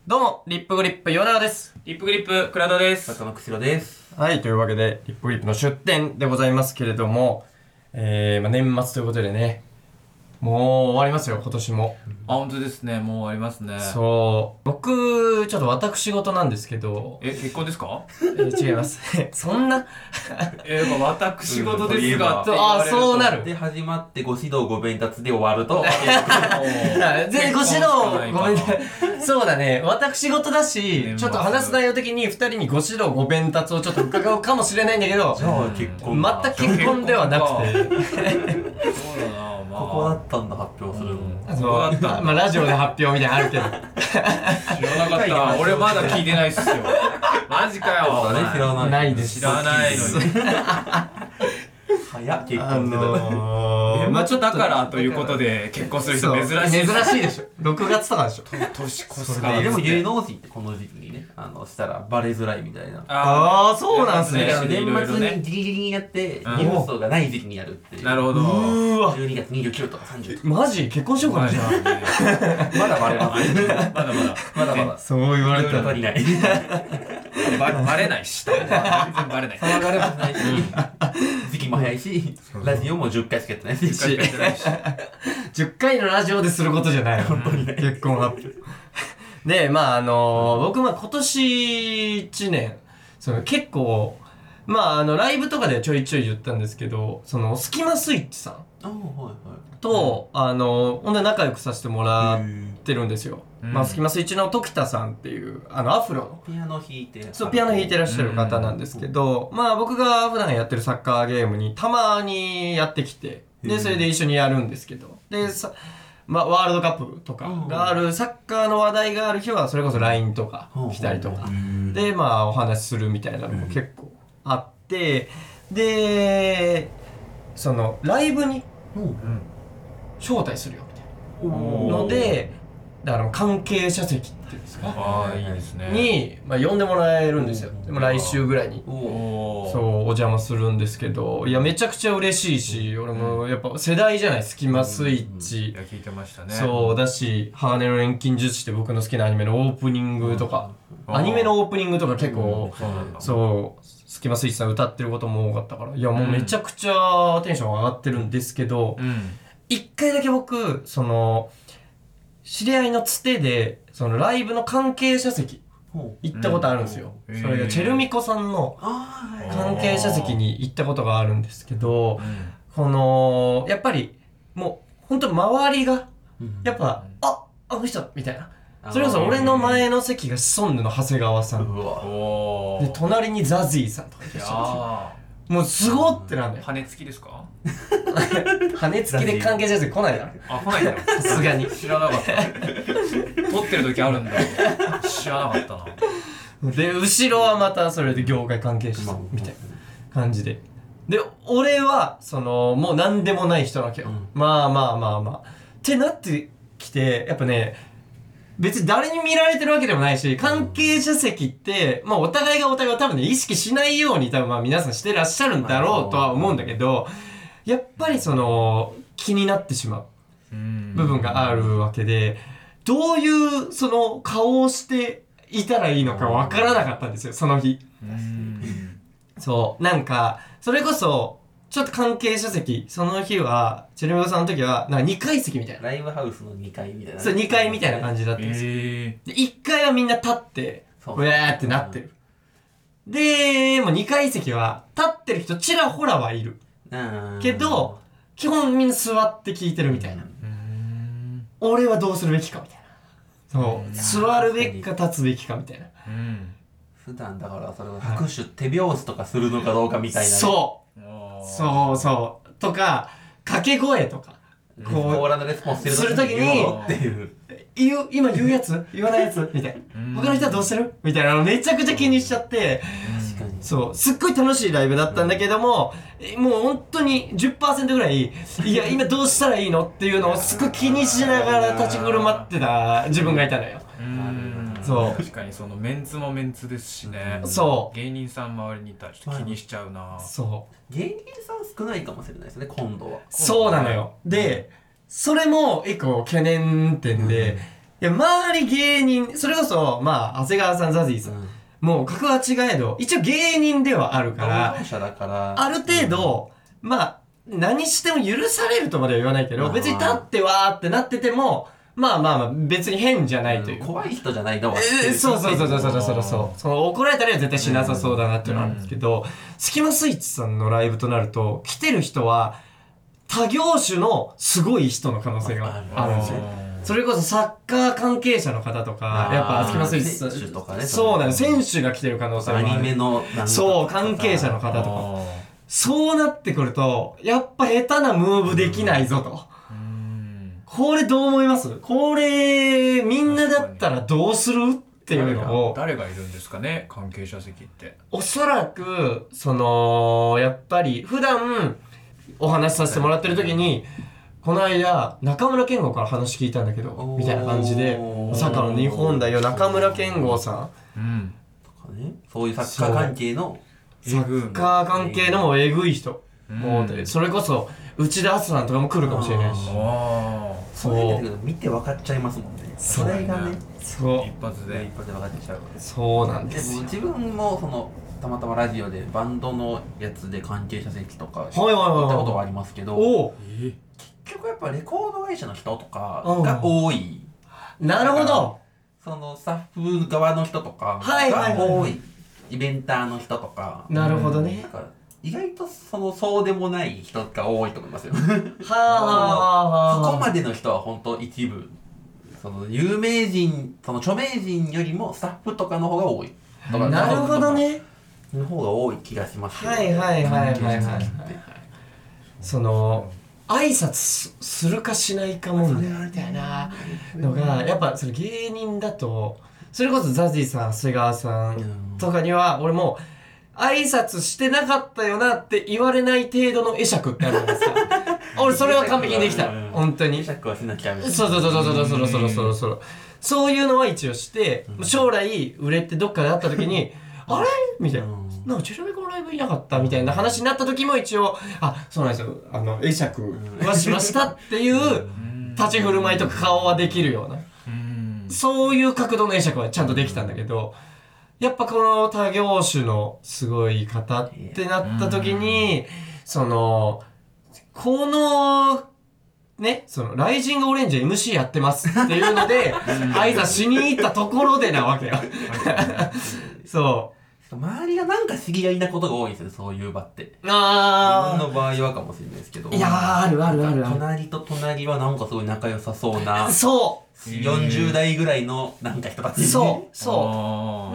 どうも、リップグリップヨダです。 リップグリップ倉田です。 中野くしろです。 はい、というわけで、リップグリップの出展でございますけれども、年末ということでね、もう終わりますよ、今年も。 本当ですね。もう終わりますね。 そう。僕、ちょっと私事なんですけど。 結婚ですか？ 違います。そんな私事ですがって言ああ、 われると。 そうなる。 で、始まってご指導ご鞭達で終わると。 全然ご指導、ごめんね。そうだね。私事だし、ちょっと話す内容的に二人にご指導ご鞭達をちょっと伺うかもしれないんだけど、 じゃあ結婚。 全く結婚ではなくて。 そうだな、まあ。 ここだったんだ、発表するの。 そう。まあ、ラジオで発表みたいなのあるけど。 知らなかった。俺まだ聞いてないっすよ。マジかよ。 そうだね、知らない。 ないです。 知らないのに。 早っ、結婚してた。 まあちょっとだからということで結婚する人珍しい。 珍しいでしょ。6月とかでしょ。 年越すから。 でも芸能人ってこの時期にね、したらバレづらいみたいな。 ああ、そうなんすね。 年末にギリギリにやって、ニュースがない時期にやるっていう。 なるほど。 12月29とか30とか。 マジ結婚しようかな、じゃあ。 まだバレます。まだまだ。 そう言われたら。 足りない。 バレないし。全然バレない。 騒がれもないし、時期も早いし、ラジオも10回しかやってないし。 10回のラジオですることじゃないよ。結婚発表。で、まあ僕今年1年、結構、まあライブとかでちょいちょい言ったんですけど、スキマスイッチさんと、ほんで仲良くさせてもらってるんですよ。まあスキマスイッチの時田さんっていう、アフロの。 ピアノ弾いて。 そう、ピアノ弾いてらっしゃる方なんですけど、まあ僕が普段やってるサッカーゲームにたまにやってきて、で、それで一緒にやるんですけど、で、まあ、ワールドカップとかがある、サッカーの話題がある日は、それこそ LINE とか来たりとか、で、まあ、お話しするみたいなのも結構あって、で、ライブに招待するよ、みたいなので、だから関係者席っていうんですか、 いいですね。 に、まあ、呼んでもらえるんですよ。でも来週ぐらいに。そう、お邪魔するんですけど、いや、めちゃくちゃ嬉しいし、俺もやっぱ世代じゃない、スキマスイッチ。 いや、聞いてましたね。 そうだし、鋼の錬金術師って僕の好きなアニメのオープニングとか、アニメのオープニングとか結構、そう、スキマスイッチさん歌ってることも多かったから、いや、もうめちゃくちゃテンション上がってるんですけど、一回だけ僕、知り合いのつてで、ライブの関係者席、行ったことあるんですよ。それがチェルミコさんの関係者席に行ったことがあるんですけど、やっぱり、もう、ほんと周りが、やっぱ、あの人みたいな。それこそ俺の前の席がシソンヌの長谷川さん。で、隣にザジーさんとかいらっしゃる。もうすごってなんだよ。 羽付きですか？ 羽付きで関係者席来ないだろ。 来ないんだ。 さすがに。 知らなかった。撮ってる時あるんだ。知らなかったな。 で、後ろはまたそれで業界関係者みたいな感じで。で、俺は、もう何でもない人なわけよ。まあ。ってなってきて、やっぱね、別に誰に見られてるわけでもないし、関係者席って、まあお互いがお互いを多分ね、意識しないように多分まあ皆さんしてらっしゃるんだろうとは思うんだけど、やっぱり気になってしまう部分があるわけで、どういう顔をしていたらいいのかわからなかったんですよ、その日。そう、なんか、それこそ、ちょっと関係者席、その日は、チェルミコさんの時は、なんか2階席みたいな。 ライブハウスの2階みたいな。 そう、2階みたいな感じだったんですよ。で、1階はみんな立って、うわーってなってる。で、もう2階席は、立ってる人ちらほらはいる。けど、基本みんな座って聞いてるみたいな。俺はどうするべきかみたいな。そう、座るべきか立つべきかみたいな。 普段だからそれを拍手、手拍子とかするのかどうかみたいな。 そうとか掛け声とかコーラのレスポンスするときに今言うやつ言わないやつみたいな、他の人はどうしてるみたいなのめちゃくちゃ気にしちゃって、確かにそうすっごい楽しいライブだったんだけども、もう本当に 10% ぐらいいや今どうしたらいいのっていうのをすっごい気にしながら立ち振る舞ってた自分がいたのよ。そう確かにメンツもメンツですしね。 そう芸人さん周りにいたらちょっと気にしちゃうな。 そう芸人さん少ないかもしれないですね、今度は。 そうなのよ。でそれも一個懸念点で、 や周り芸人それこそまあ長谷川さんザジーさん、もう格は違えど一応芸人ではあるから労働者だからある程度、まあ何しても許されるとまでは言わないけど、別に立ってわーってなっててもまあ別に変じゃないという、 怖い人じゃないのはそうその怒られたりは絶対しなさそうだなっていうのはあるんですけど、スキマスイッチさんのライブとなると来てる人は他業種のすごい人の可能性があるんですよ。それこそサッカー関係者の方とかやっぱスキマスイッチさん選手とかね、 そうなんです、選手が来てる可能性もある、 アニメのそう関係者の方とか、そうなってくるとやっぱ下手なムーブできないぞと。これどう思います？これみんなだったらどうするっていうのを誰がいるんですかね、関係者席って。 おそらくそのやっぱり普段お話しさせてもらってる時にこの間中村健吾から話聞いたんだけどみたいな感じで、サッカーの日本代表中村健吾さん、 とかね、そういうサッカー関係のサッカー関係のもうえぐい人、もうそれこそ内田篤人さんとかも来るかもしれないし、 そう見て分かっちゃいますもんね。それがね、 そう一発で分かってきちゃう。 そうなんですよ。 でも自分もそのたまたまラジオでバンドのやつで関係者席とか行ったことはありますけど、結局やっぱレコード会社の人とかが多い。 なるほど。 そのスタッフ側の人とかが多い。イベンターの人とか。 なるほどね。 意外とそうでもない人が多いと思いますよ。 はそこまでの人は本当一部、その有名人、その著名人よりもスタッフとかの方が多い。 なるほどね。 の方が多い気がしますけど。 はい。その挨拶するかしないか問題みたいなのがやっぱその芸人だと、それこそザジーさん長谷川さんとかには俺も挨拶してなかったよなって言われない程度の会釈ってあるんですか。俺それは完璧にできた、本当に。 会釈はしなきゃ。 そうそういうのは一応して、将来売れてどっかで会った時にあれみたいな、なんかチェルミコのライブいなかったみたいな話になった時も一応そうなんですよ、会釈はしましたっていう立ち振る舞いとか顔はできるような、そういう角度の会釈はちゃんとできたんだけど、やっぱこの他業種のすごい方ってなった時に、そのこのね、そのライジングオレンジ MC やってますっていうので挨拶しに行ったところでなわけよ。そう周りがなんか知り合いなことが多いんですよ、そういう場って。自分の場合はかもしれないですけど。 いやー、ある。 隣と隣はなんかすごい仲良さそうな。 そう。 40代ぐらいのなんか人たち。 そう。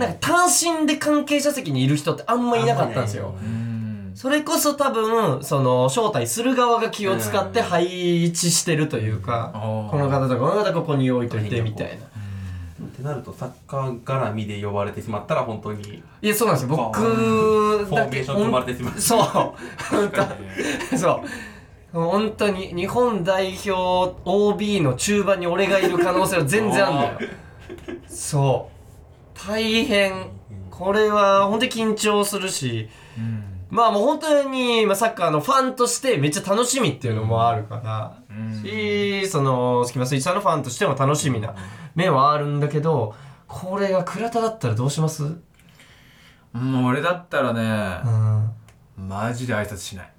なんか単身で関係者席にいる人ってあんまいなかったんですよ。それこそ多分その招待する側が気を使って配置してるというか、この方とこの方ここに置いといてみたいな。 ってなるとサッカー絡みで呼ばれてしまったら本当に。 いや、そうなんですよ。僕フォーメーション組まれてしまう。 そう。本当に日本代表 OB の中盤に俺がいる可能性は全然あるんだよ。そう。大変。これは本当に緊張するし、まあもう本当にサッカーのファンとしてめっちゃ楽しみっていうのもあるから、そのスキマスイッチさんのファンとしても楽しみな面はあるんだけど、これが倉田だったらどうします？ 俺だったらね、マジで挨拶しない。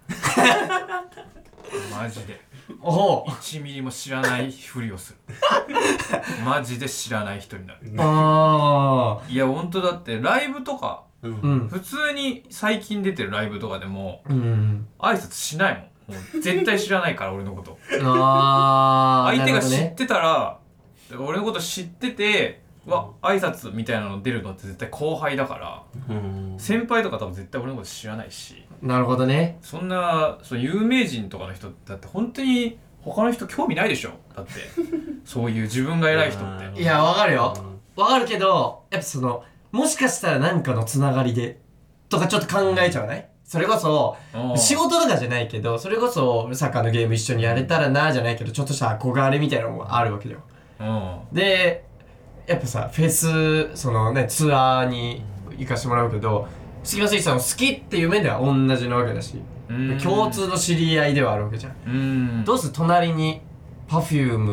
マジで1ミリも知らないふりをする。マジで知らない人になる。いや本当だってライブとか、普通に最近出てるライブとかでも、挨拶しないもん。もう絶対知らないから俺のこと。相手が知ってたら、俺のこと知ってて挨拶みたいなの出るのって絶対後輩だから、先輩とか多分絶対俺のこと知らないし。 なるほどね。 そんな有名人とかの人だって本当に他の人興味ないでしょ。だってそういう自分が偉い人って。 いやわかるよ。わかるけどやっぱそのもしかしたら何かのつながりでとかちょっと考えちゃわない？それこそ仕事とかじゃないけど、それこそサッカーのゲーム一緒にやれたらなじゃないけど、ちょっとした憧れみたいなのもあるわけだよ。でやっぱさフェスそのねツアーに行かしてもらうけど、スキマスイッチさんを好きっていう面では同じなわけだし、共通の知り合いではあるわけじゃん。どうする隣に Perfume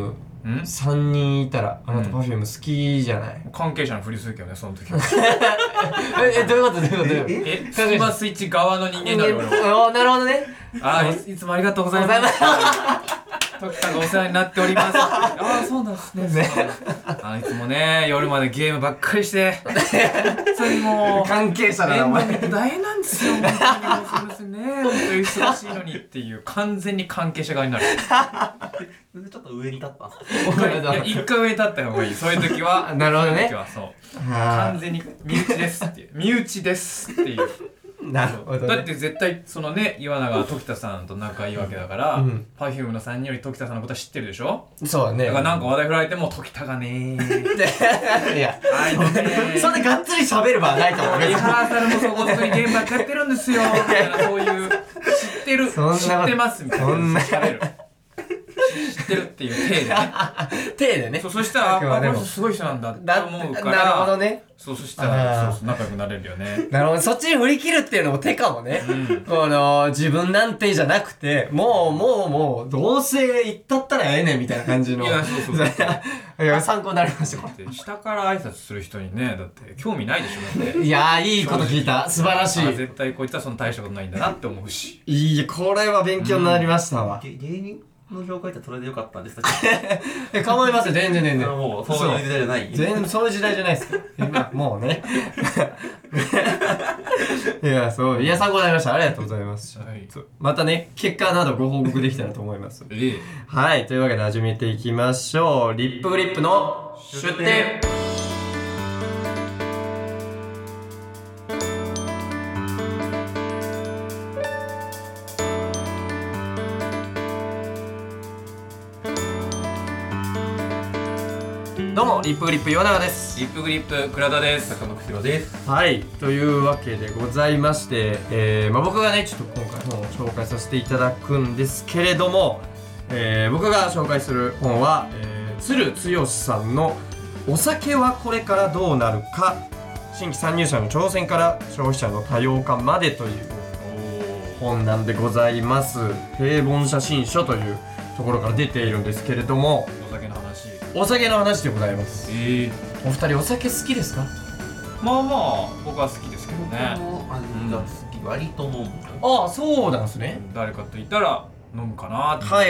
3人いたらあなた Perfume 好きじゃない？ 関係者のふりするけどね、その時は。 どういうこと？ スキマスイッチ側の人間なのよ。 なるほどね。 いつもありがとうございます。時田がお世話になっております。そうなんですね。いつもね、夜までゲームばっかりして、本当にもう関係者だなお前。 面倒見て大変なんですよ。本当にすみませんね。本当に忙しいのにっていう完全に関係者側になる。 ちょっと上に立った。 一回上に立った方がいい。そういう時は。 なるほどね。 そういう時はそう。完全に身内ですっていう。身内ですっていう。 なるほど、ね、 だって絶対そのね岩永は時田さんと仲いいわけだから、Perfume の3人より時田さんのことは知ってるでしょ。 そうだね。 だからなんか話題振られても時田がねーいやそんながっつり喋る場はないと思う。 リハーサルもそこそこに現場やってるんですよみたいな、そういう知ってますみたいな、そんな喋る知ってるっていう体でね。 体でね。 そしたらこの人すごい人なんだって思うから。 なるほどね。 そしたら仲良くなれるよね。 なるほど。そっちに振り切るっていうのも手かもね。自分なんてじゃなくて、もうどうせ言ったったらええねんみたいな感じの。いやいや参考になりました。 下から挨拶する人にね、だって興味ないでしょ。だっていやいいこと聞いた。素晴らしい。 絶対こいつはその大したことないんだなって思うし。 いやこれは勉強になりましたわ。 芸人の紹介ってそれでよかったんですか？ 構いません、全然。 もうそういう時代じゃない。 そういう時代じゃないですか。もうね。いや、参考になりました。ありがとうございます。またね、結果などご報告できたらと思います。はい、というわけで始めていきましょう。リップグリップの出店。どうもリップグリップ岩永です。 リップグリップ倉田です。 坂野久弘です。 はい、というわけでございまして、僕がねちょっと今回本を紹介させていただくんですけれども、僕が紹介する本は、鶴剛さんのお酒はこれからどうなるか、新規参入者の挑戦から消費者の多様化までという本なんでございます。平凡写真書というところから出ているんですけれども、お酒の話でございます。お二人お酒好きですか？ まあ僕は好きですけどね。 僕も味が好き、割と飲む。 ああ、そうなんですね。 誰かと言ったら飲むかなって。 はい。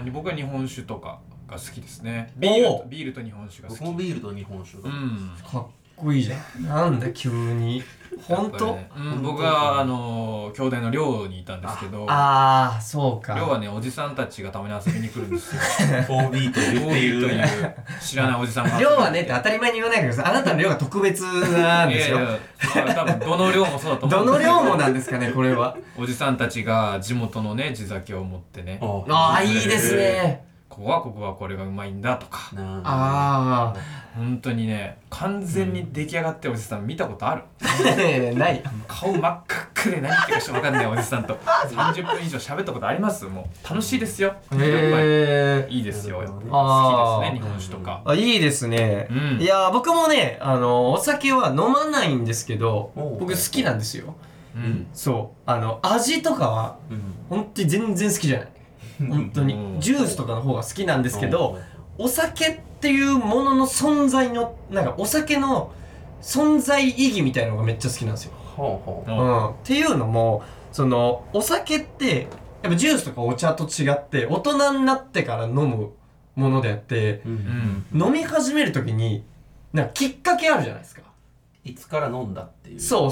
僕は日本酒とかが好きですね。ビールと日本酒が好き。 僕もビールと日本酒が。 かっこいいじゃん。なんだ急に。本当？ 僕は兄弟の寮にいたんですけど。 ああ、そうか。 寮はね、おじさんたちがたまに遊びに来るんですよ。 OB という知らないおじさんが。 寮はねって当たり前に言わないけど、あなたの寮が特別なんですよ。 多分どの寮もそうだと思う。 どの寮もなんですかね、これは。 おじさんたちが地元のね、地酒を持ってね。 ああ、いいですね。 ここはこれがうまいんだとか。 ああ、 本当にね、完全に出来上がってるおじさん見たことある？ ない。 顔真っ赤っかで何言ってるかしか分かんないおじさんと30分以上喋ったことあります？もう楽しいですよ。やっぱりいいですよ。好きですね、日本酒とか。 いいですね。いや僕もね、お酒は飲まないんですけど、僕好きなんですよ。そう、味とかは本当に全然好きじゃない。本当にジュースとかの方が好きなんですけど、お酒っていうものの存在のなんかお酒の存在意義みたいなのがめっちゃ好きなんですよ。っていうのも、そのお酒ってやっぱジュースとかお茶と違って大人になってから飲むものであって、飲み始める時になんかきっかけあるじゃないですか。 いつから飲んだっていう。 そう。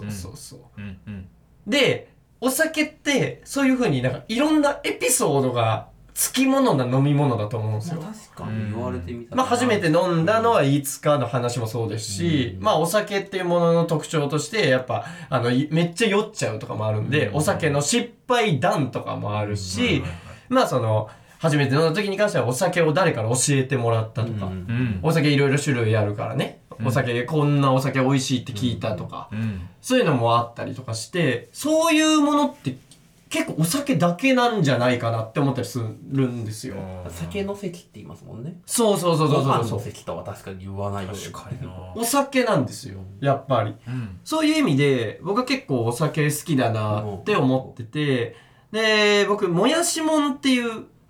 でお酒ってそういう風になんかいろんなエピソードがつきものな飲み物だと思うんですよ。 確かに言われてみたら、 初めて飲んだのはいつかの話もそうですし、お酒っていうものの特徴としてやっぱめっちゃ酔っちゃうとかもあるんで、お酒の失敗談とかもあるし、その初めて飲んだ時に関してはお酒を誰から教えてもらったとか、お酒いろいろ種類あるからね、こんなお酒美味しいって聞いたとか、そういうのもあったりとかして、そういうものって結構お酒だけなんじゃないかなって思ったりするんですよ。 酒の席って言いますもんね。 そう。 ご飯の席とは確かに言わないよね。 お酒なんですよ、やっぱり。そういう意味で僕は結構お酒好きだなって思ってて、で僕もやしもんっていう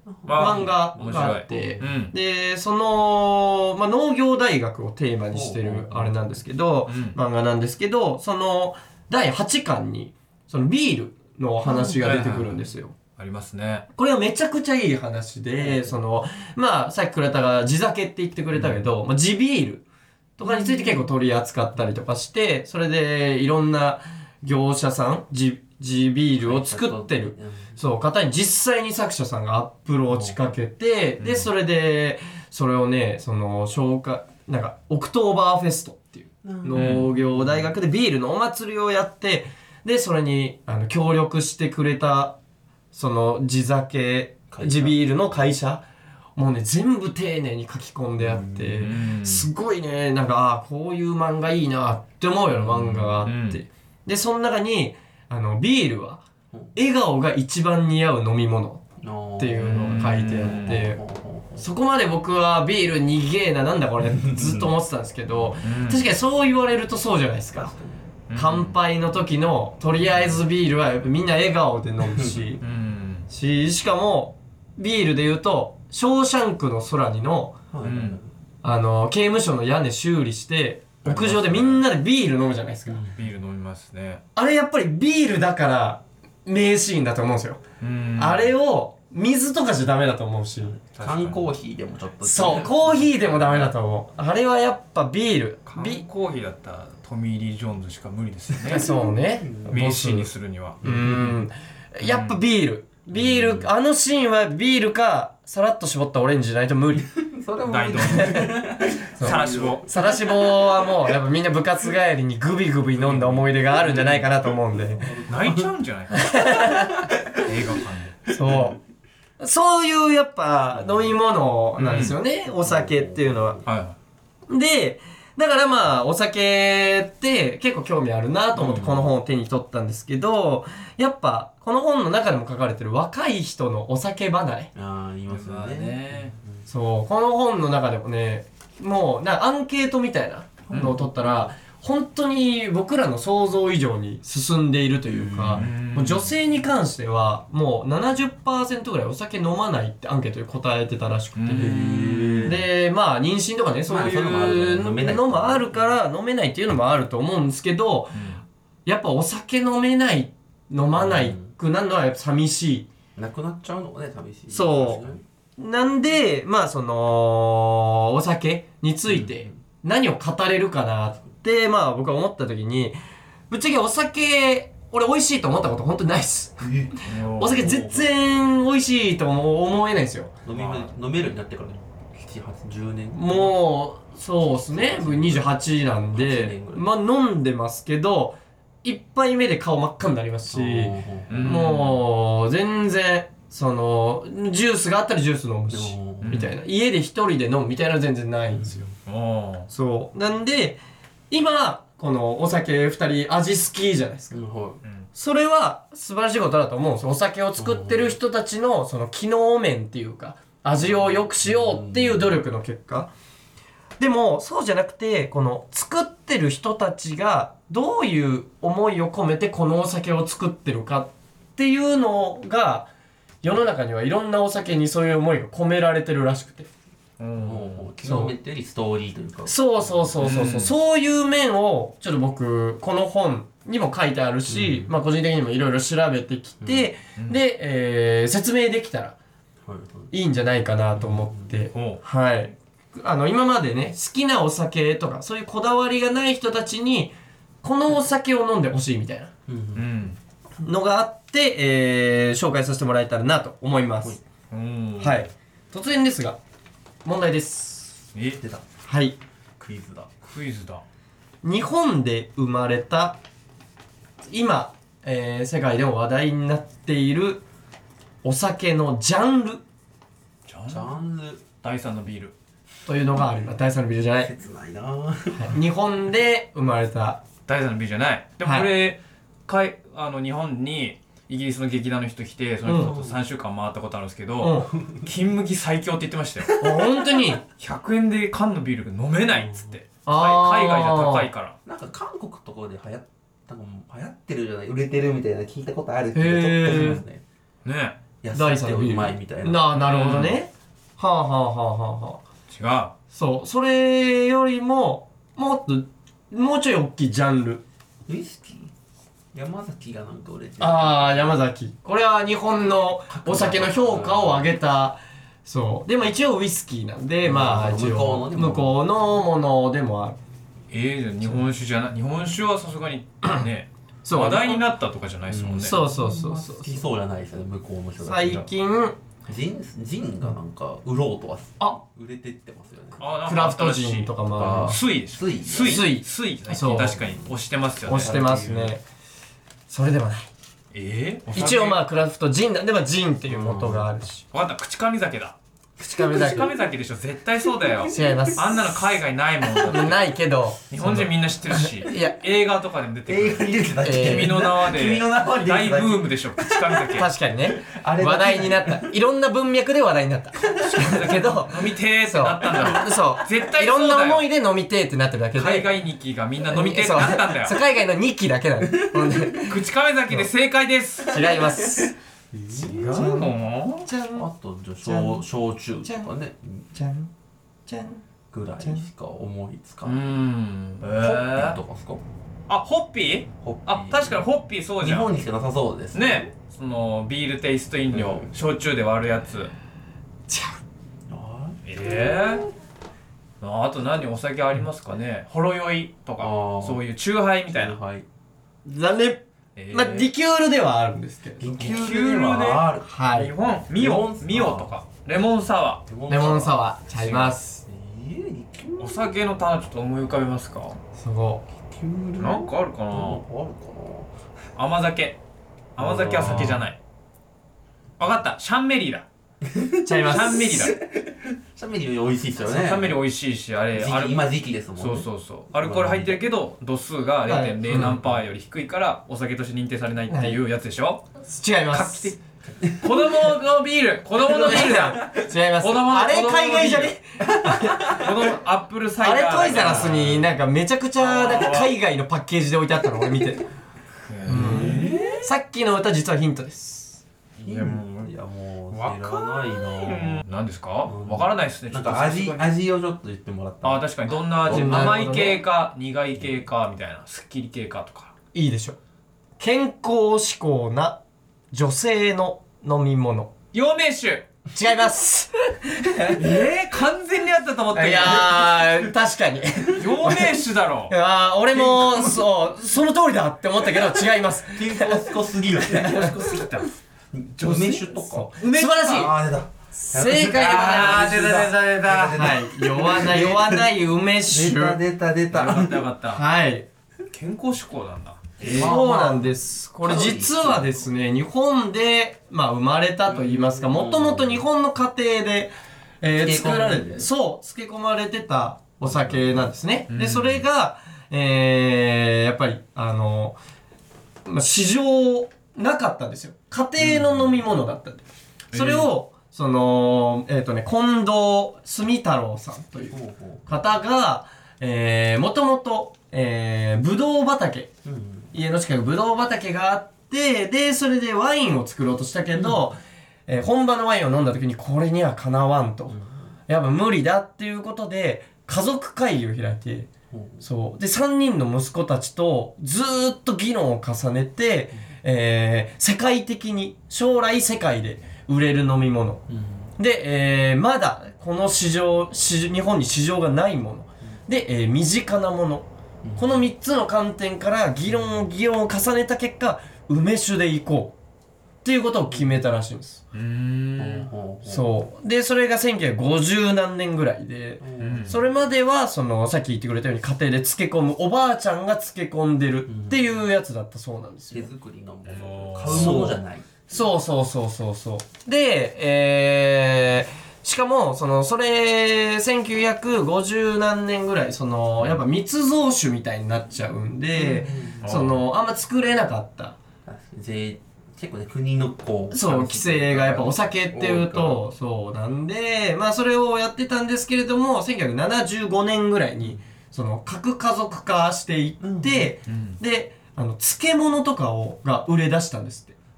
漫画があって、でその、農業大学をテーマにしてるあれなんですけど、漫画なんですけど、その第8巻にそのビールの話が出てくるんですよ。 ありますね。 これはめちゃくちゃいい話で、そのさっき倉田が地酒って言ってくれたけど、地ビールとかについて結構取り扱ったりとかして、それでいろんな業者さん、地ビールを作ってる方に実際に作者さんがアプローチかけて、でそれでそれをね、そのなんかオクトーバーフェストっていう農業大学でビールのお祭りをやって、でそれに協力してくれたその地酒地ビールの会社もうね全部丁寧に書き込んであって、すごいね、なんかこういう漫画いいなって思うような漫画があって、でその中にビールは笑顔が一番似合う飲み物っていうのが書いてあって、そこまで僕はビールにげえな、なんだこれずっと思ってたんですけど、確かにそう言われるとそうじゃないですか。乾杯の時のとりあえずビールはやっぱみんな笑顔で飲むし、しかもビールで言うとショーシャンクの空にの、刑務所の屋根修理して屋上でみんなでビール飲むじゃないですか。 ビール飲みますね。 あれやっぱりビールだから名シーンだと思うんですよ。あれを水とかじゃダメだと思うし、 缶コーヒーでもちょっとそうコーヒーでもダメだと思う。あれはやっぱビール、 缶コーヒーだったらトミー・リー・ジョーンズしか無理ですよね。 そうね、 名シーンにするには。 やっぱビール、あのシーンはビールかさらっと絞ったオレンジじゃないと無理。 それも大道さらしぼはもうやっぱみんな部活帰りにグビグビ飲んだ思い出があるんじゃないかなと思うんで泣いちゃうんじゃないかな映画館で。 そういうやっぱ飲み物なんですよね、お酒っていうのは。でだからお酒って結構興味あるなと思ってこの本を手に取ったんですけど、やっぱこの本の中でも書かれてる若い人のお酒離れ、 言いますよね。 そうこの本の中でもね、もうアンケートみたいなのを取ったら、本当に僕らの想像以上に進んでいるというか、もう女性に関してはもう 70% ぐらいお酒飲まないってアンケートで答えてたらしくて、で妊娠とかね、そういうのもあるから飲めないっていうのもあると思うんですけど、やっぱお酒飲まないくなるのはやっぱ寂しい。 なくなっちゃうのがね寂しい。 そうなんでそのお酒について何を語れるかなって僕は思った時に、ぶっちゃけお酒俺美味しいと思ったこと本当にないっす。お酒全然美味しいと思えないんですよ。 飲めるようになってから7、8、10年もうそうっすね、28なんで飲んでますけど、1杯目で顔真っ赤になりますし、もう全然そのジュースがあったらジュース飲むしみたいな、家で一人で飲むみたいなのは全然ないんですよ。そうなんで今このお酒2人味好きじゃないですか。それは素晴らしいことだと思うんですよ。お酒を作ってる人たちのその機能面っていうか味を良くしようっていう努力の結果。でもそうじゃなくて、この作ってる人たちがどういう思いを込めてこのお酒を作ってるかっていうのが、世の中にはいろんなお酒にそういう思いが込められてるらしくて、 極めてよりストーリーというか、 そういう面をちょっと僕この本にも書いてあるし、個人的にもいろいろ調べてきて、で、説明できたらいいんじゃないかなと思って、今までね好きなお酒とかそういうこだわりがない人たちにこのお酒を飲んでほしいみたいなのがあって、紹介させてもらえたらなと思います。突然ですが問題です。 出た。クイズだ。 日本で生まれた今、世界でも話題になっているお酒のジャンル第3のビールというのがあります。第3のビールじゃない。 切ないな。 日本で生まれた第3のビールじゃない。でもこれ、日本にイギリスの劇団の人来て、その人と3週間回ったことあるんですけど、金麦最強って言ってましたよ。 本当に 100円で缶のビールが飲めないっつって。海外じゃ高いから。 なんか韓国とかで流行ってるじゃない、売れてるみたいな聞いたことあるけど、ちょっとしますね。 ね。 安くてうまいみたいな。なるほどね。はあはあはあはあはあ。違う。 そう、それよりも、もうちょい大きいジャンル。 ウイスキー山崎がなんか売れてる。 ああ、山崎。これは日本のお酒の評価を上げた。そう。でも一応ウイスキーなんで、まあ一応向こうのものでもある。 じゃあ日本酒じゃない。日本酒はさすがにね、話題になったとかじゃないですもんね。 そう。 好きそうじゃないですよね、向こうの人たちが。 最近、 ジンがなんか売ろうとは売れてってますよね。 クラフトジンとかも水でしょ。水確かに推してますよね。 推してますね。それではない。一応まあクラフトジンなんでジンっていう元があるし。 わかった、口上酒だ。 口上酒でしょ、絶対そうだよ。 違います。 あんなの海外ないもんだって。 ないけど日本人みんな知ってるし、 いや映画とかでも出てくる。 映画に出てたっけ。 君の名はで大ブームでしょ、口上酒。 確かにね、話題になった。いろんな文脈で話題になった。だけど飲みてーってなったんだろ。 そう絶対いろんな思いで飲みてーってなってるだけで、 海外日記がみんな飲みてーってなったんだよ。 海外の日記だけなの。 口上酒で正解です。 違います。 違うの？ あと焼酎とかねぐらいしか思いつかない。ホッピーとかですか？ あ、ホッピー？あ、確かにホッピーそうじゃん。 日本にしかなさそうですね。そのビールテイスト飲料、焼酎で割るやつ。あと何お酒ありますかね？ほろ酔いとかそういうチューハイみたいな。 残念。まあリキュールではあるんですけど。 リキュールではある。 はい。 日本ミオとかレモンサワーちゃいます。 お酒の単ちょっと思い浮かべますか？ そうなんかあるかな。甘酒は酒じゃない。分かった、シャンメリーだ。 ちゃいます。 シャンメリーだ。 シャンメリー美味しいですよね。 シャンメリー美味しいし、 今時期ですもんね。 そうアルコール入ってるけど度数が 0.0 何パーより低いからお酒として認定されないっていうやつでしょ。 違います。 子供のビールだ。 違います。あれ海外じゃね？ アップルサイダー。 あれトイザらスになんかめちゃくちゃなんか海外のパッケージで置いてあったの俺見て。さっきの歌実はヒントです。 いやもう知らないな。 何ですか？わからないですね。 なんか味をちょっと言ってもらった。 確かにどんな味？甘い系か苦い系かみたいな、すっきり系かとか。 いいでしょう。健康志向な女性の飲み物。 陽明酒。 違います。 完全にあったと思ったけど。 いやー確かに陽明酒だろ。 いやー俺もその通りだって思ったけど違います。 健康志向すぎる。梅酒とか素晴らしい。正解でございます。出た。はい。酔わない梅酒。 出た。 よかった。 はい。 健康志向なんだ。 そうなんです。これ実はですね、日本で生まれたと言いますか、もともと日本の家庭で作られて、漬け込まれてたお酒なんですね。で、それがやっぱり市場なかったんですよ。家庭の飲み物だったんで。それを近藤住太郎さんという方がもともとぶどう畑、家の近くぶどう畑があって、でそれでワインを作ろうとしたけど、本場のワインを飲んだ時にこれにはかなわんと、やっぱ無理だっていうことで家族会議を開いて、そうで3人の息子たちとずーっと議論を重ねて、世界的に将来世界で売れる飲み物、で、まだこの日本に市場がないもので、身近なもの、この3つの観点から議論を重ねた結果、梅酒でいこうっていうことを決めたらしいんです。そうでそれが1950何年ぐらいで、それまではさっき言ってくれたように家庭で漬け込むおばあちゃんが漬け込んでるっていうやつだったそうなんですよ。 手作りのもの、買うものじゃない。 そうで、しかもそれ1950何年ぐらいやっぱ密造酒みたいになっちゃうんで、あんま作れなかった。 結構ね、国の規制がやっぱお酒っていうとそうなんで、それをやってたんですけれども、1975年ぐらいに核家族化していって、で漬物とかが売れ出したんですって。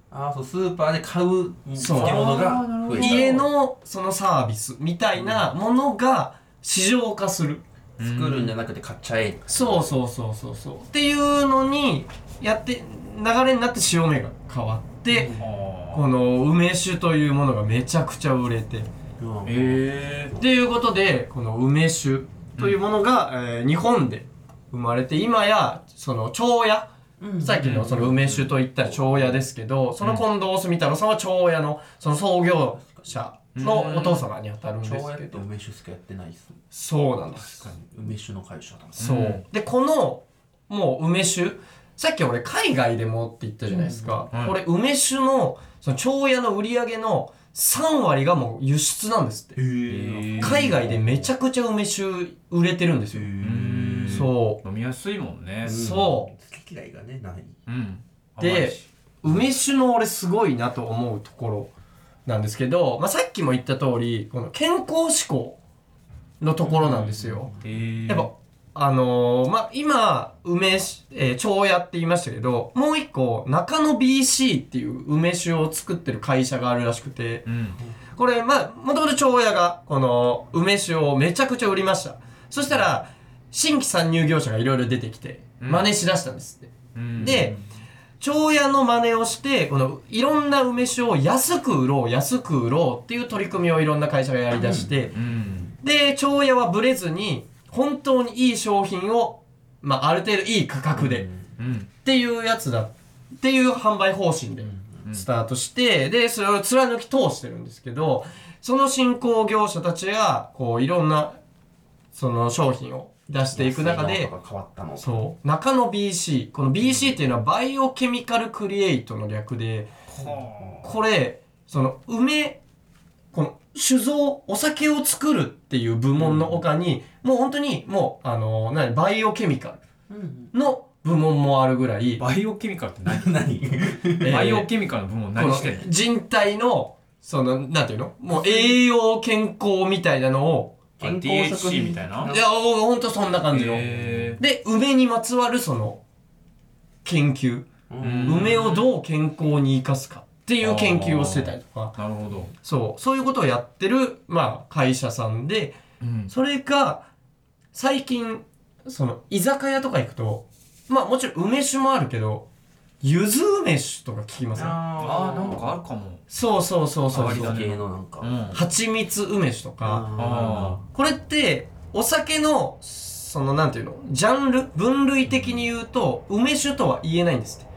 そうスーパーで買う漬物が増えた。 家のそのサービスみたいなものが市場化する。 作るんじゃなくて買っちゃえ。 そうっていうのにやって流れになって潮目が変わって、この梅酒というものがめちゃくちゃ売れて、っていうことでこの梅酒というものが、日本で生まれて、今やその長屋、さっきのその梅酒といったら長屋ですけど、その近藤住太郎さんは長屋のその創業者のお父様にあたるんですけど、 長屋って梅酒しかやってないっす。 そうなんです。 確かに梅酒の会社だ。 そうで、このもう梅酒、さっき俺海外でもって言ったじゃないですか、これ梅酒のその長屋の売り上げの3割がもう輸出なんですって。海外でめちゃくちゃ梅酒売れてるんですよ。そう飲みやすいもんね。 そう好き嫌いがねない。 で梅酒の俺すごいなと思うところなんですけど、さっきも言った通りこの健康志向のところなんですよ。やっぱ今長屋って言いましたけど、もう一個中野 BC っていう梅酒を作ってる会社があるらしくて、これもともと長屋がこの梅酒をめちゃくちゃ売りました。そしたら新規参入業者がいろいろ出てきて真似しだしたんですって。で長屋の真似をしてこのいろんな梅酒を安く売ろうっていう取り組みをいろんな会社がやりだして、で長屋はブレずに本当にいい商品を、ある程度いい価格で、っていうやつだっていう販売方針でスタートして、でそれを貫き通してるんですけど、その新興業者たちがこういろんなその商品を出していく中で、そう中野 BC、 この BC っていうのはバイオケミカルクリエイトの略で、これそのこの酒造、お酒を作るっていう部門の他に、もう本当にもうバイオケミカルの部門もあるぐらい。 バイオケミカルって何バイオケミカルの部門何してんの？ 人体のそのなんていうの、もう栄養健康みたいなのを、 健康食品みたいな。 いやほんとそんな感じので、梅にまつわるその研究、梅をどう健康に生かすかっていう研究をしてたりとか。 なるほど。 そういうことをやってる会社さんで、それが最近その居酒屋とか行くと、もちろん梅酒もあるけど柚子梅酒とか聞きますね。 なんかあるかも。 そう系のなんか蜂蜜梅酒とか、これってお酒のそのなんていうの、ジャンル分類的に言うと梅酒とは言えないんですって。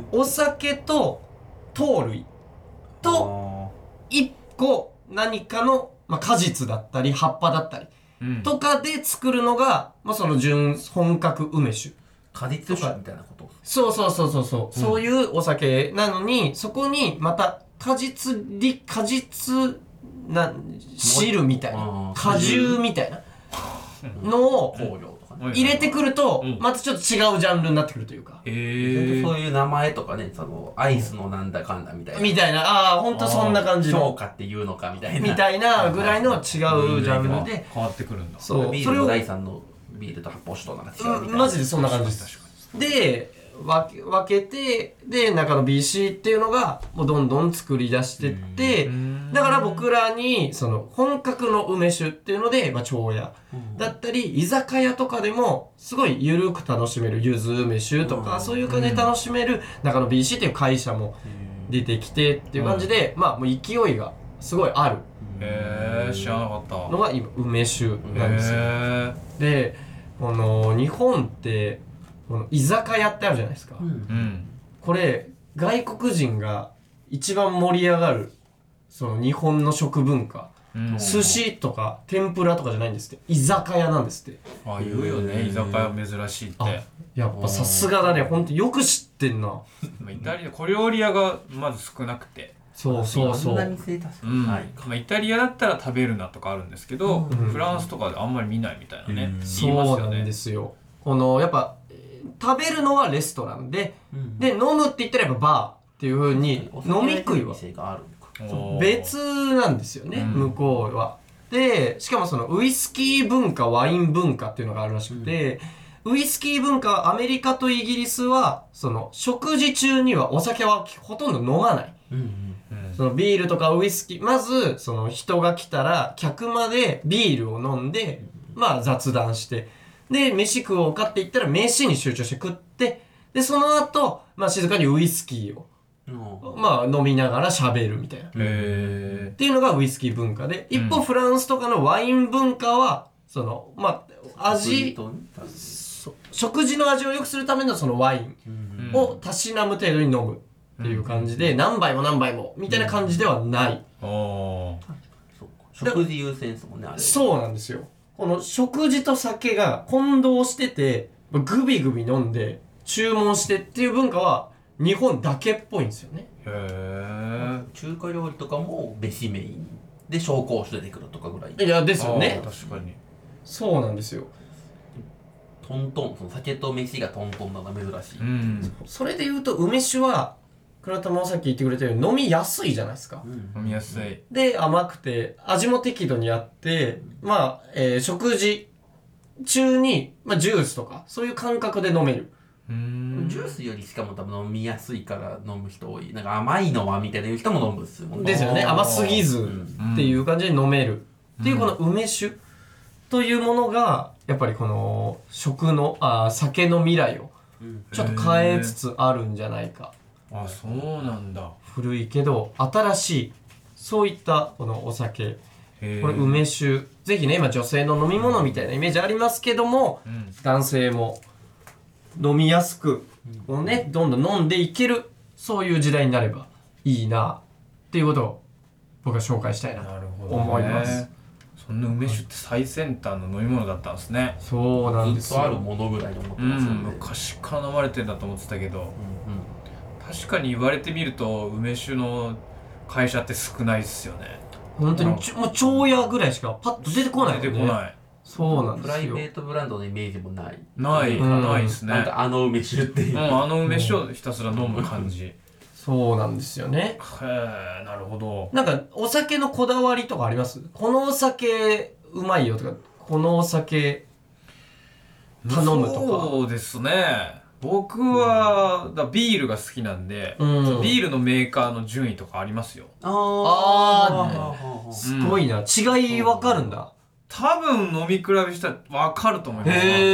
お酒と糖類と一個何かの、果実だったり葉っぱだったりとかで作るのが、その本格梅酒。 果実酒みたいなこと。 そう、そういうお酒なのに、そこにまた果実汁みたいな、果汁みたいなのを入れてくると、またちょっと違うジャンルになってくるというか。 そういう名前とかね、そのアイスのなんだかんだみたいな。 ほんとそんな感じの。 評価っていうのかみたいなぐらいの違うジャンルで。 変わってくるんだ。 そう。ビールの第3のビールと発泡酒となんか違うみたいな。 マジでそんな感じです。で、分けて、で、中野 BC っていうのが、もうどんどん作り出してって、だから僕らに、その、本格の梅酒っていうので、長屋だったり、居酒屋とかでも、すごい緩く楽しめる柚子梅酒とか、そういう感じで楽しめる中野 BC っていう会社も出てきてっていう感じで、もう勢いがすごいある。 知らなかったのが今、梅酒なんですよ。で、日本って、この居酒屋ってあるじゃないですか、これ外国人が一番盛り上がるその日本の食文化、寿司とか天ぷらとかじゃないんですって、居酒屋なんですって。 言うよね、居酒屋珍しいって。 やっぱさすがだね、ほんとよく知ってんな。 イタリア小料理屋がまず少なくて、 そうイタリアだったら食べるなとかあるんですけど、フランスとかであんまり見ないみたいなね。 そうなんですよ。やっぱ食べるのはレストランで、で飲むって言ったらやっぱバーっていう風に、飲み食いは別なんですよね、向こうは。でしかもそのウイスキー文化ワイン文化っていうのがあるらしくて、 ウイスキー文化はアメリカとイギリスは、その、食事中にはお酒はほとんど飲まない。そのビールとかウイスキー、まず、その人が来たら、客までビールを飲んで、まあ雑談して、で、飯食おうかって言ったら、飯に集中して食って、で、その後、まあ静かにウイスキーを、まあ飲みながら喋るみたいな。っていうのがウイスキー文化で、一方フランスとかのワイン文化は、その、まあ、食事の味を良くするためのそのワインをたしなむ程度に飲むっていう感じで、何杯も何杯もみたいな感じではない。 食事優先ですもんね、あれ。 そうなんですよ。この食事と酒が混同してて、グビグビ飲んで、注文してっていう文化は日本だけっぽいんですよね。 中華料理とかも飯メインで紹興酒出てくるとかぐらい。 いや、ですよね。 確かに。 そうなんですよ。 トントン、その酒と飯がトントンなのは珍しい。 それで言うと梅酒は倉田もさっき言ってくれたように飲みやすいじゃないですか。 飲みやすい。 で、甘くて味も適度にあって、まあ、食事中に、まあ、ジュースとかそういう感覚で飲める。 ジュースよりしかも多分飲みやすいから飲む人多い。なんか甘いのはみたいな言う人も飲むんですよ。 ですよね。甘すぎずっていう感じで飲める。っていうこの梅酒というものがやっぱりこの酒の未来をちょっと変えつつあるんじゃないか。 あ、そうなんだ。 古いけど新しいそういったこのお酒、これ梅酒、ぜひね今女性の飲み物みたいなイメージありますけども、男性も飲みやすくこのねどんどん飲んでいける、そういう時代になればいいなっていうことを僕は紹介したいなと思います。 そんな梅酒って最先端の飲み物だったんですね。 そうなんですよ。 ずっとあるものぐらいに思ってますよね。 昔から飲まれてんだと思ってたけど、確かに言われてみると梅酒の会社って少ないっすよね。 本当にもう長屋ぐらいしかパッと出てこないよね。 出てこない。 そうなんですよ。 プライベートブランドのイメージもない。 ないですね。 なんか梅酒っていう。 あの梅酒をひたすら飲む感じ。 そうなんですよね。 へえ、なるほど。 なんかお酒のこだわりとかあります？このお酒うまいよとか、このお酒頼むとか。 そうですね。僕はビールが好きなんで、ビールのメーカーの順位とかありますよ。 すごいな。違い分かるんだ。 多分飲み比べしたら分かると思います。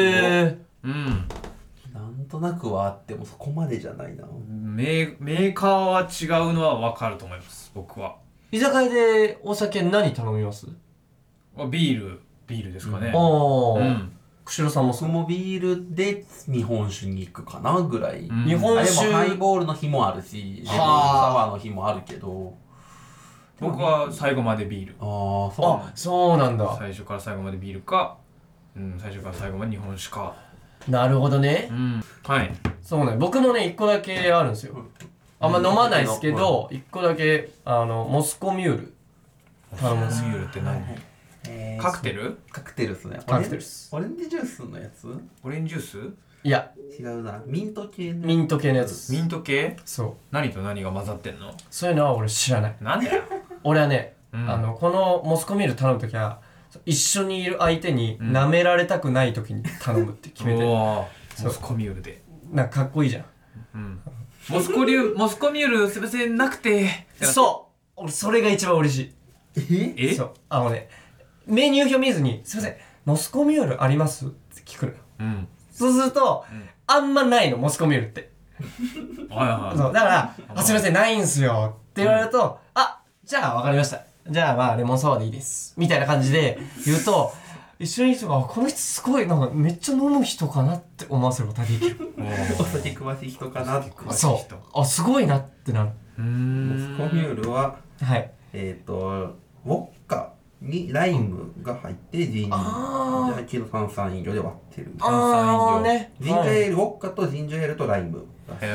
なんとなくはあってもそこまでじゃないな。 メーカーは違うのは分かると思います、僕は。 居酒屋でお酒何頼みます？ ビールですかね。 釧路さんも僕もビールで日本酒に行くかなぐらい。 日本酒でもハイボールの日もあるし、レモンサワーの日もあるけど、 僕は最後までビール。 そうなんだ。 最初から最後までビールか、最初から最後まで日本酒か。 なるほどね。 はい。 そうね。僕もね、1個だけあるんですよ。あんま飲まないですけど、1個だけ、モスコミュール。 モスコミュールって何？カクテル？ カクテルっすね。 カクテルっす。 オレンジジュースのやつ？ オレンジジュース？ いや。 違うな。ミント系の。 ミント系のやつ。 ミント系？ そう。 何と何が混ざってんの？ そういうのは俺知らない。 なんでだよ。 俺はね、このモスコミュール頼むときは、一緒にいる相手に舐められたくないときに頼むって決めてる。 モスコミュールで。 なんかかっこいいじゃん。 モスコミュールすいませんなくて。 そう。俺それが一番嬉しい。そう。メニュー表見ずに、すいません、モスコミュールありますって聞くのよ。そうすると、あんまないの、モスコミュールって。そう。だから、すいません、ないんすよって言われると、じゃあわかりました。じゃあまあ、レモンサワーでいいです。みたいな感じで言うと、一緒にいる人が、この人すごい、なんかめっちゃ飲む人かなって思わせることができる。 お酒詳しい人かなって。 そう。すごいなってなる。 モスコミュールは、 はい。 ウォッカにライムが入ってジンジャー系の炭酸飲料で割ってる。炭酸飲料。ジンジャーエール、ウォッカとジンジャーエールとライム。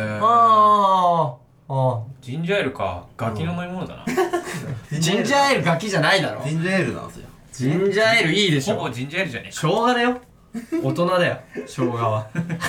ジンジャーエールか。ガキの飲み物だな。 ジンジャーエールガキじゃないだろ。 ジンジャーエールなんですよ。 ジンジャーエールいいでしょ。 ほぼジンジャーエールじゃねえか。 生姜だよ。大人だよ。生姜は。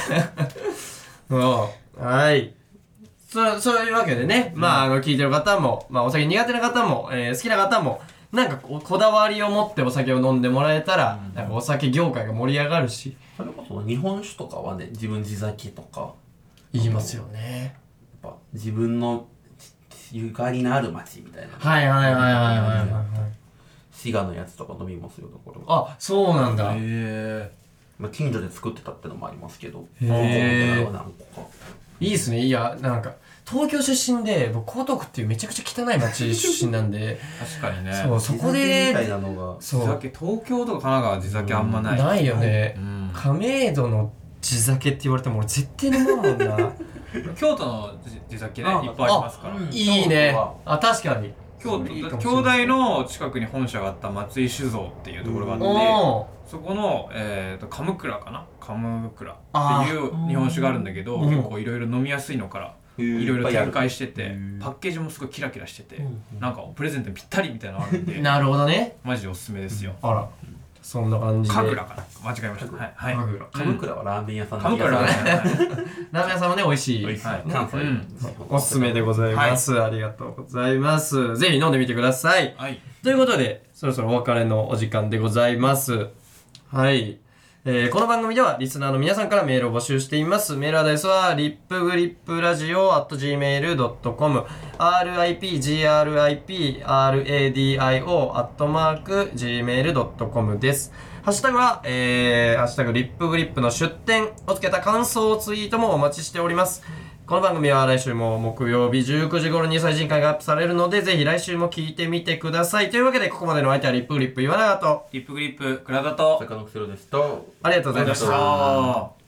はい。そういうわけでね。まあ、聞いてる方も、まあ、お酒苦手な方も、好きな方も、なんかこだわりを持ってお酒を飲んでもらえたら、なんかお酒業界が盛り上がるし。 それこその日本酒とかはね、自分地酒とか言いますよね。 やっぱ自分のゆかりのある町みたいな。 はいはいはいはいはいはい。 滋賀のやつとか飲みますよ、ところ。 あ、そうなんだ。 まあ、近所で作ってたってのもありますけど。 へえ。いいですね。いや、なんか、東京出身で、僕、江東区っていうめちゃくちゃ汚い町出身なんで。 確かにね。 そう、そこで、 みたいなのが。 地酒、東京とか神奈川地酒あんまない。 ないよね。亀戸の地酒って言われても俺絶対飲まんもんな。 京都の地酒ね、いっぱいありますから。 いいね。あ、確かに。 京都の近くに本社があった松井酒造っていうところがあって、そこのカムクラかな、カムクラっていう日本酒があるんだけど、結構いろいろ飲みやすいのからいろいろ展開してて、パッケージもすごいキラキラしてて、なんかプレゼントにぴったりみたいなのあるんで、 なるほどね。 マジでおすすめですよ。 あら、そんな感じで。 カグラかな、間違えました。はい。 カムクラはラーメン屋さん。 カムクララーメン屋さんもね、美味しい。 関西。 おすすめでございます。ありがとうございます。ぜひ飲んでみてください。ということで、そろそろお別れのお時間でございます。はい。この番組ではリスナーの皆さんからメールを募集しています。メールアドレスは lipgripradio@gmail.com ripgripradio@gmail.com です。ハッシュタグは、ハッシュタグリップグリップの出店をつけた感想ツイートもお待ちしております。この番組は来週も木曜日19時頃に最新回がアップされるので、ぜひ来週も聞いてみてください。というわけで、ここまでの相手はリップグリップ岩永と、 リップグリップ倉田と、 坂野くせろでした。 ありがとうございました。